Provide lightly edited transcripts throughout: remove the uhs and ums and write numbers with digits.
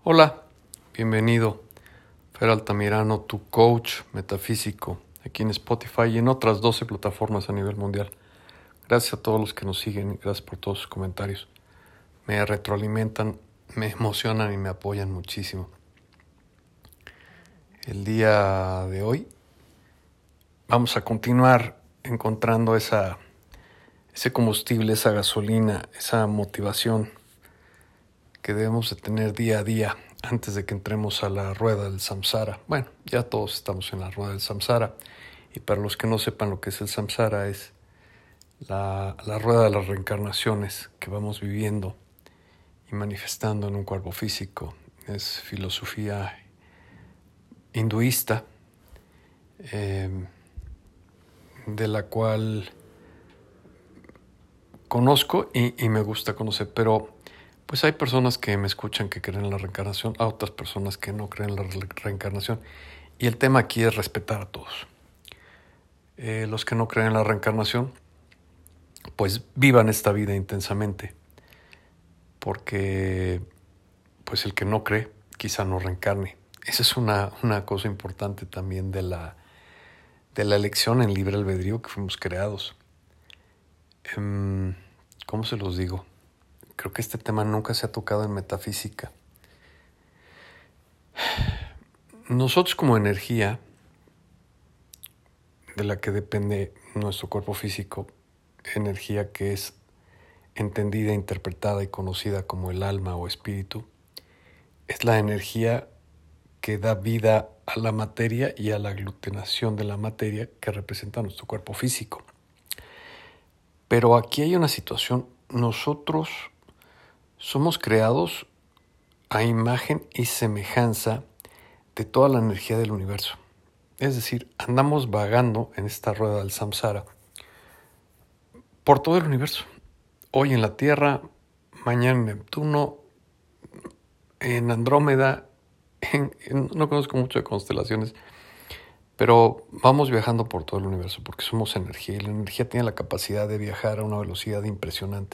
Hola, bienvenido. Fer Altamirano, tu coach metafísico, aquí en Spotify y en otras 12 plataformas a nivel mundial. Gracias a todos los que nos siguen y gracias por todos sus comentarios. Me retroalimentan, me emocionan y me apoyan muchísimo. El día de hoy vamos a continuar encontrando ese combustible, esa gasolina, esa motivación que debemos de tener día a día antes de que entremos a la rueda del samsara. Bueno, ya todos estamos en la rueda del samsara, y para los que no sepan lo que es el samsara, es la rueda de las reencarnaciones que vamos viviendo y manifestando en un cuerpo físico. Es filosofía hinduista, de la cual conozco y me gusta conocer, pero pues hay personas que me escuchan que creen en la reencarnación, a otras personas que no creen en la reencarnación. Y el tema aquí es respetar a todos. Los que no creen en la reencarnación, pues vivan esta vida intensamente. Porque pues el que no cree, quizá no reencarne. Esa es una cosa importante también de la elección en libre albedrío que fuimos creados. ¿Cómo se los digo? Creo que este tema nunca se ha tocado en metafísica. Nosotros como energía de la que depende nuestro cuerpo físico, energía que es entendida, interpretada y conocida como el alma o espíritu, es la energía que da vida a la materia y a la aglutinación de la materia que representa nuestro cuerpo físico. Pero aquí hay una situación. Nosotros somos creados a imagen y semejanza de toda la energía del universo. Es decir, andamos vagando en esta rueda del samsara por todo el universo. Hoy en la Tierra, mañana en Neptuno, en Andrómeda, no conozco mucho de constelaciones, pero vamos viajando por todo el universo porque somos energía y la energía tiene la capacidad de viajar a una velocidad impresionante.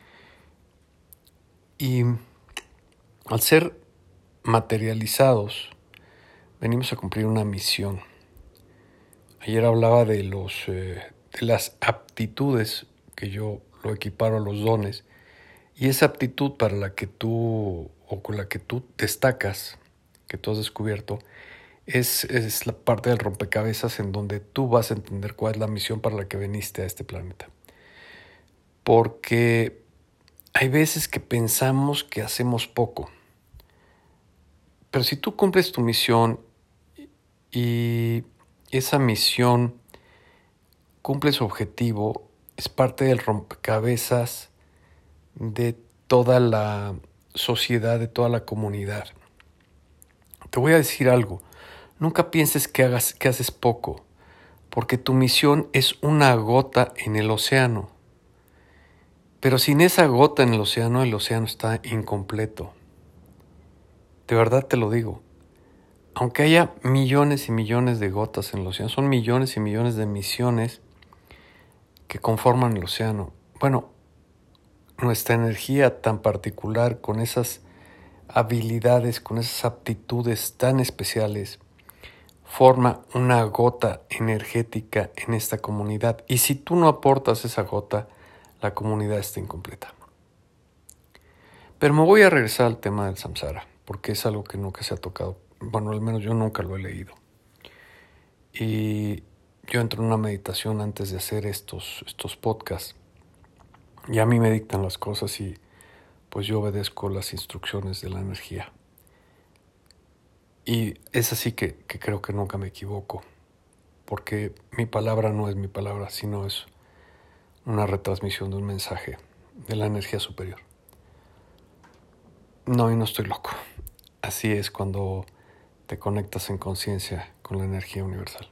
Y al ser materializados, venimos a cumplir una misión. Ayer hablaba de las aptitudes, que yo lo equiparo a los dones, y esa aptitud para la que tú, o con la que tú destacas, que tú has descubierto, es la parte del rompecabezas en donde tú vas a entender cuál es la misión para la que viniste a este planeta. Porque hay veces que pensamos que hacemos poco, pero si tú cumples tu misión y esa misión cumple su objetivo, es parte del rompecabezas de toda la sociedad, de toda la comunidad. Te voy a decir algo, nunca pienses que haces poco, porque tu misión es una gota en el océano. Pero sin esa gota en el océano está incompleto. De verdad te lo digo. Aunque haya millones y millones de gotas en el océano, son millones y millones de misiones que conforman el océano. Bueno, nuestra energía tan particular, con esas habilidades, con esas aptitudes tan especiales, forma una gota energética en esta comunidad. Y si tú no aportas esa gota, la comunidad está incompleta. Pero me voy a regresar al tema del samsara, porque es algo que nunca se ha tocado. Bueno, al menos yo nunca lo he leído. Y yo entro en una meditación antes de hacer estos podcasts. Y a mí me dictan las cosas y pues yo obedezco las instrucciones de la energía. Y es así que creo que nunca me equivoco, porque mi palabra no es mi palabra, sino es una retransmisión de un mensaje de la energía superior. No, y no estoy loco. Así es cuando te conectas en conciencia con la energía universal.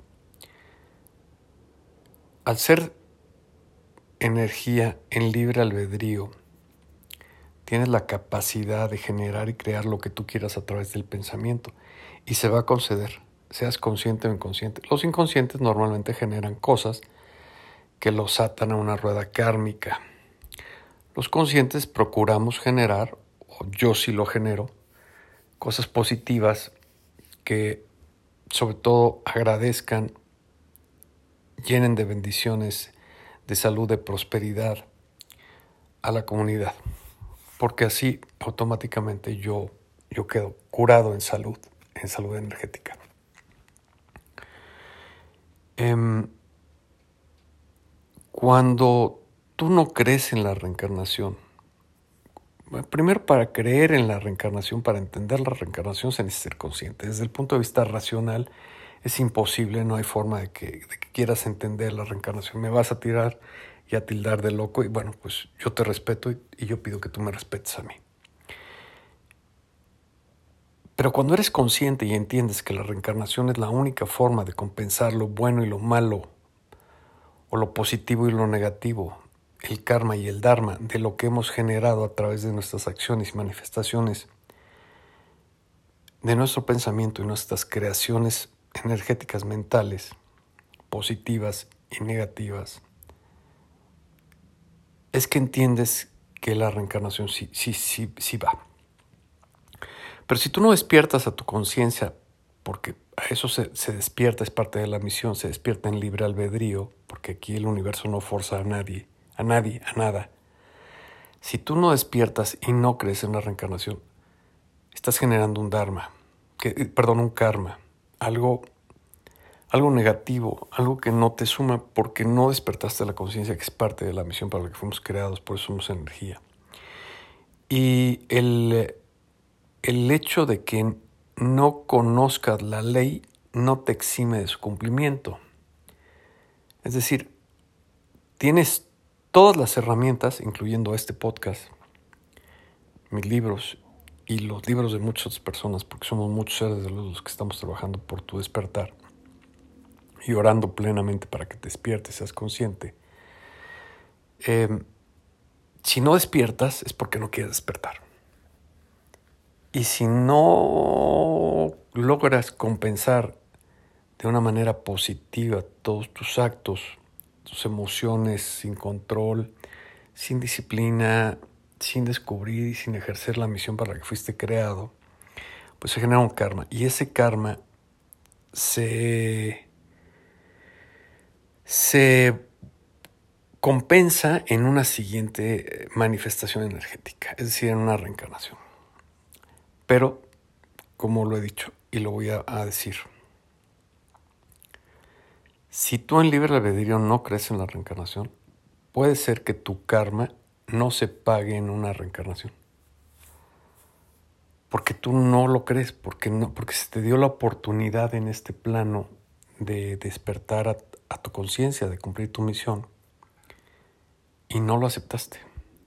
Al ser energía en libre albedrío, tienes la capacidad de generar y crear lo que tú quieras a través del pensamiento y se va a conceder, seas consciente o inconsciente. Los inconscientes normalmente generan cosas que los atan a una rueda kármica. Los conscientes procuramos generar, o yo sí lo genero, cosas positivas que sobre todo agradezcan, llenen de bendiciones, de salud, de prosperidad a la comunidad, porque así automáticamente yo quedo curado en salud energética. Cuando tú no crees en la reencarnación, primero, para creer en la reencarnación, para entender la reencarnación, se necesita ser consciente. Desde el punto de vista racional es imposible, no hay forma de que quieras entender la reencarnación. Me vas a tirar y a tildar de loco, y bueno, pues yo te respeto y yo pido que tú me respetes a mí. Pero cuando eres consciente y entiendes que la reencarnación es la única forma de compensar lo bueno y lo malo, o lo positivo y lo negativo, el karma y el dharma de lo que hemos generado a través de nuestras acciones y manifestaciones, de nuestro pensamiento y nuestras creaciones energéticas mentales, positivas y negativas, es que entiendes que la reencarnación sí va. Pero si tú no despiertas a tu conciencia, porque a eso se despierta, es parte de la misión, se despierta en libre albedrío, porque aquí el universo no forza a nadie, a nada. Si tú no despiertas y no crees en la reencarnación, estás generando un un karma, algo negativo, algo que no te suma porque no despertaste la conciencia, que es parte de la misión para la que fuimos creados, por eso somos energía. Y el hecho de que no conozcas la ley no te exime de su cumplimiento. Es decir, tienes todas las herramientas, incluyendo este podcast, mis libros y los libros de muchas otras personas, porque somos muchos seres de luz los que estamos trabajando por tu despertar y orando plenamente para que te despiertes, seas consciente. Si no despiertas es porque no quieres despertar. Y si no logras compensar de una manera positiva todos tus actos, tus emociones sin control, sin disciplina, sin descubrir y sin ejercer la misión para la que fuiste creado, pues se genera un karma. Y ese karma se compensa en una siguiente manifestación energética, es decir, en una reencarnación. Pero, como lo he dicho y lo voy a decir, si tú en libre albedrío no crees en la reencarnación, puede ser que tu karma no se pague en una reencarnación. Porque tú no lo crees, porque se te dio la oportunidad en este plano de despertar a tu conciencia, de cumplir tu misión, y no lo aceptaste.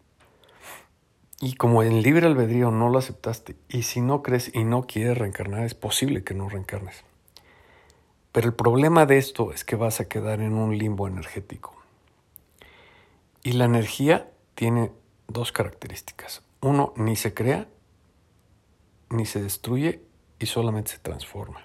Y como en libre albedrío no lo aceptaste, y si no crees y no quieres reencarnar, es posible que no reencarnes. Pero el problema de esto es que vas a quedar en un limbo energético. Y la energía tiene dos características. Uno, ni se crea, ni se destruye, y solamente se transforma.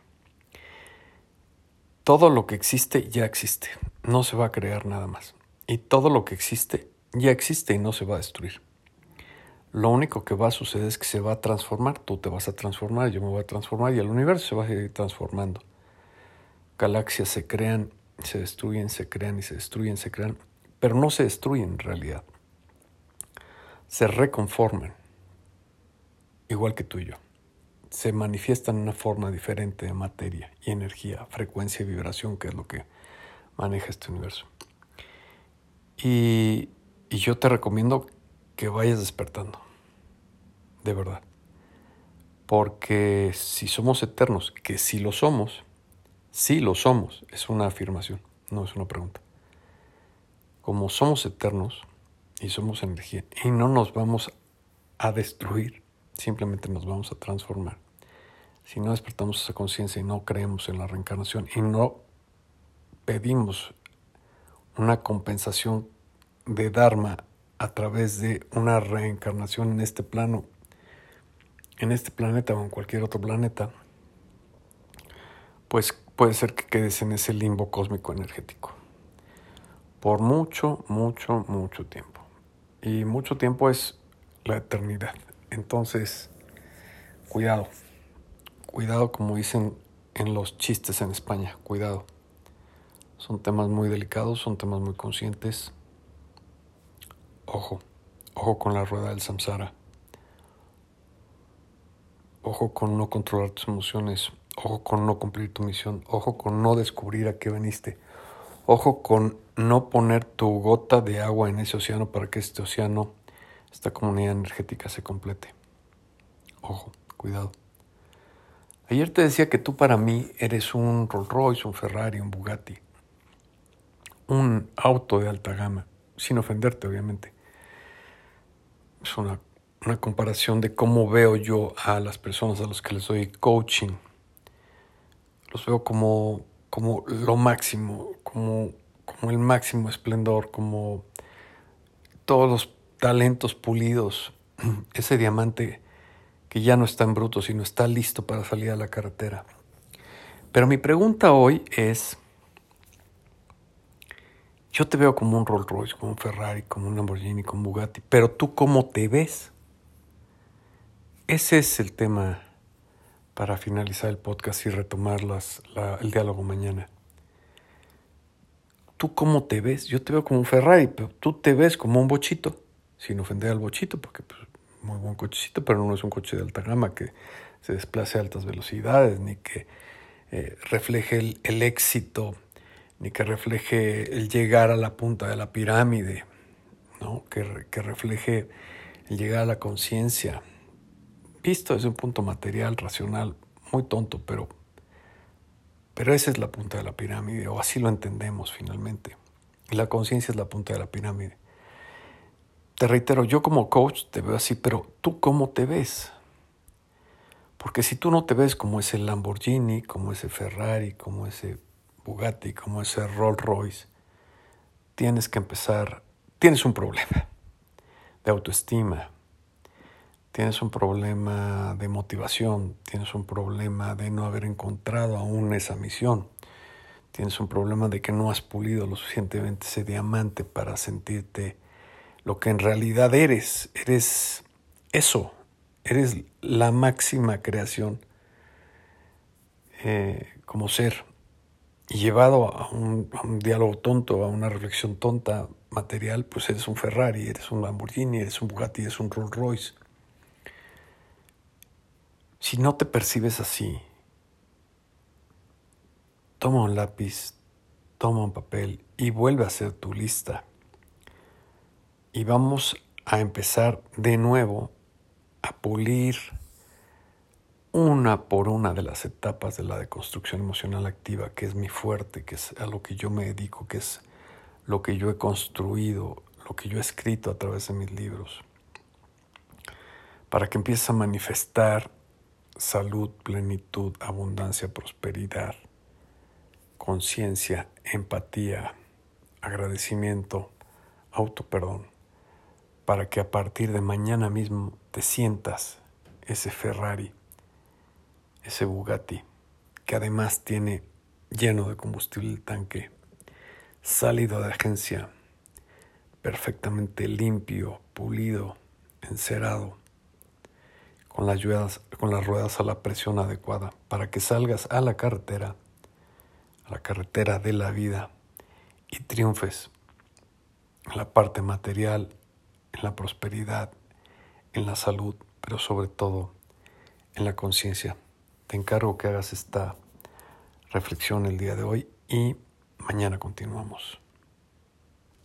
Todo lo que existe ya existe, no se va a crear nada más. Y todo lo que existe ya existe y no se va a destruir. Lo único que va a suceder es que se va a transformar. Tú te vas a transformar, yo me voy a transformar y el universo se va a seguir transformando. Galaxias se crean, se destruyen, se crean y se destruyen, se crean, pero no se destruyen en realidad. Se reconforman, igual que tú y yo. Se manifiestan en una forma diferente de materia y energía, frecuencia y vibración, que es lo que maneja este universo. Y yo te recomiendo que vayas despertando, de verdad. Porque si somos eternos, que sí lo somos, es una afirmación, no es una pregunta. Como somos eternos y somos energía y no nos vamos a destruir, simplemente nos vamos a transformar. Si no despertamos esa conciencia y no creemos en la reencarnación y no pedimos una compensación de Dharma a través de una reencarnación en este plano, en este planeta o en cualquier otro planeta, pues puede ser que quedes en ese limbo cósmico energético por mucho tiempo. Y mucho tiempo es la eternidad. Entonces, cuidado. Cuidado, como dicen en los chistes en España, cuidado. Son temas muy delicados, son temas muy conscientes. Ojo, ojo con la rueda del samsara. Ojo con no controlar tus emociones. Ojo con no cumplir tu misión. Ojo con no descubrir a qué veniste. Ojo con no poner tu gota de agua en ese océano para que este océano, esta comunidad energética se complete. Ojo, cuidado. Ayer te decía que tú para mí eres un Rolls Royce, un Ferrari, un Bugatti. Un auto de alta gama, sin ofenderte obviamente. Es una comparación de cómo veo yo a las personas a las que les doy coaching. Los veo como lo máximo, como el máximo esplendor, como todos los talentos pulidos, ese diamante que ya no está en bruto, sino está listo para salir a la carretera. Pero mi pregunta hoy es, yo te veo como un Rolls Royce, como un Ferrari, como un Lamborghini, como un Bugatti, pero ¿tú cómo te ves? Ese es el tema para finalizar el podcast y retomar el diálogo mañana. ¿Tú cómo te ves? Yo te veo como un Ferrari, pero tú te ves como un bochito, sin ofender al bochito, porque pues, muy buen cochecito, pero no es un coche de alta gama que se desplace a altas velocidades, ni que refleje el éxito, ni que refleje el llegar a la punta de la pirámide, ¿no? Que refleje el llegar a la conciencia. Visto desde un punto material, racional, muy tonto, pero esa es la punta de la pirámide, o así lo entendemos finalmente. La conciencia es la punta de la pirámide. Te reitero, yo como coach te veo así, pero ¿tú cómo te ves? Porque si tú no te ves como ese Lamborghini, como ese Ferrari, como ese Bugatti, como ese Rolls Royce, tienes un problema de autoestima, tienes un problema de motivación, tienes un problema de no haber encontrado aún esa misión, tienes un problema de que no has pulido lo suficientemente ese diamante para sentirte lo que en realidad eres. Eres eso, eres la máxima creación como ser. Y llevado a un diálogo tonto, a una reflexión tonta, material, pues eres un Ferrari, eres un Lamborghini, eres un Bugatti, eres un Rolls Royce. Si no te percibes así, toma un lápiz, toma un papel y vuelve a hacer tu lista. Y vamos a empezar de nuevo a pulir una por una de las etapas de la deconstrucción emocional activa, que es mi fuerte, que es a lo que yo me dedico, que es lo que yo he construido, lo que yo he escrito a través de mis libros, para que empieces a manifestar salud, plenitud, abundancia, prosperidad, conciencia, empatía, agradecimiento, autoperdón, para que a partir de mañana mismo te sientas ese Ferrari, ese Bugatti, que además tiene lleno de combustible el tanque, salido de agencia, perfectamente limpio, pulido, encerado, con las ruedas a la presión adecuada, para que salgas a la carretera de la vida y triunfes en la parte material, en la prosperidad, en la salud, pero sobre todo en la conciencia. Te encargo que hagas esta reflexión el día de hoy y mañana continuamos.